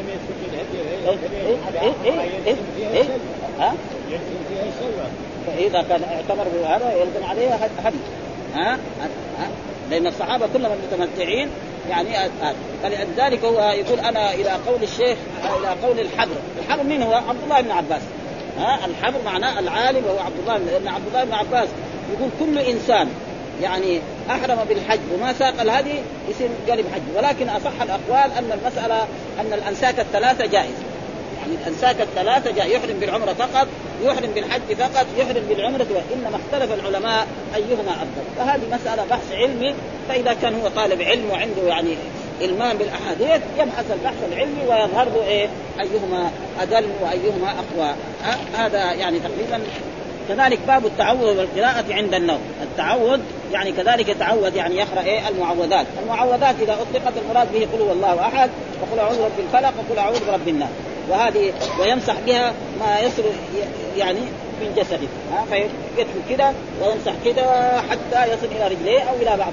ها فإذا كان اعتبر بهذا يلزم عليه هدي ها لأن الصحابة كلهم متمتعين يعني فلذلك هو يقول أنا إلى قول الشيخ إلى قول الحبر. الحبر من هو عبد الله بن عباس ها الحبر معناه العالم وهو عبد الله لأن عبد الله بن عباس يقول كل إنسان يعني أحرم بالحج وما ساق الهدي يصير قلب حج. ولكن أصح الأقوال أن المسألة أن الأنساك الثلاثة جائز يعني الأنساك الثلاثة جاء يحرم بالعمرة فقط يحرم بالحج فقط يحرم بالعمرة وإنما اختلف العلماء أيهما أفضل. فهذه مسألة بحث علمي فإذا كان هو طالب علم وعنده يعني إلمام بالأحاديث يبحث البحث العلمي ويظهر له إيه أيهما أدل وأيهما أقوى. هذا يعني تقريبا. كذلك باب التعوذ والقراءة عند النوم. التعوذ يعني كذلك يتعوذ يعني يقرأ إيه المعوذات. المعوذات إذا أطلقت المراد به قل هو الله أحد وقل أعوذ برب الفلق وقل أعوذ برب الناس وهذه ويمسح بها ما يصل يعني من جسده فيدخل كده ويمسح كده حتى يصل إلى رجليه أو إلى بعضهم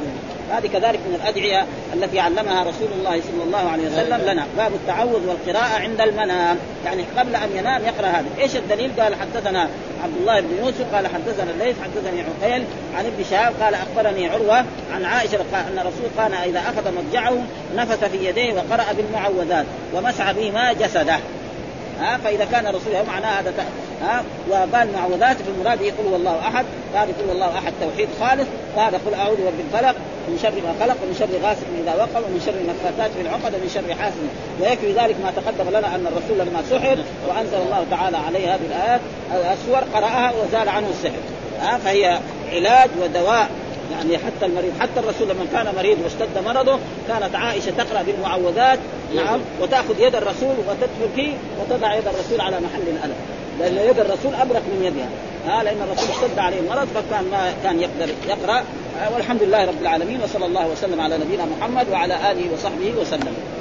هذه كذلك من الأدعية التي علمها رسول الله صلى الله عليه وسلم لنا. باب التعوذ والقراءة عند المنام، يعني قبل أن ينام يقرأ هذا. إيش الدليل؟ قال حدثنا عبد الله بن يوسف قال حدثنا الليث حدثني عقيل عن ابن شهاب قال أخبرني عروة عن عائشة أن الرسول قال إذا أخذ مضجعه نفث في يديه وقرأ بالمعوذات ومسح بهما جسده. ها فإذا كان الرسول معناه هذا ها وقال معوذات في المراد يقول والله أحد، هذا يقول والله أحد توحيد خالص، وهذا قل أعوذ برب الفلق من شر ما خلق ومن شر غاسق إذا وقب ومن شر النفاثات في العقد ومن شر حاسد. ويكفي ذلك ما تقدم لنا أن الرسول لما سحر وأنزل الله تعالى عليه هذه الآيات السور قرأها وزال عنه السحر. ها فهي علاج ودواء يعني حتى المريض، حتى الرسول لما كان مريض واشتد مرضه كانت عائشة تقرأ بالمعوذات نعم وتأخذ يد الرسول وتدخل فيه وتضع يد الرسول على محل الألم، لأن يد الرسول أبرك من يدها ها لأن الرسول اشتد عليه المرض فكان ما كان يقدر يقرأ. والحمد لله رب العالمين وصلى الله وسلم على نبينا محمد وعلى آله وصحبه وسلم.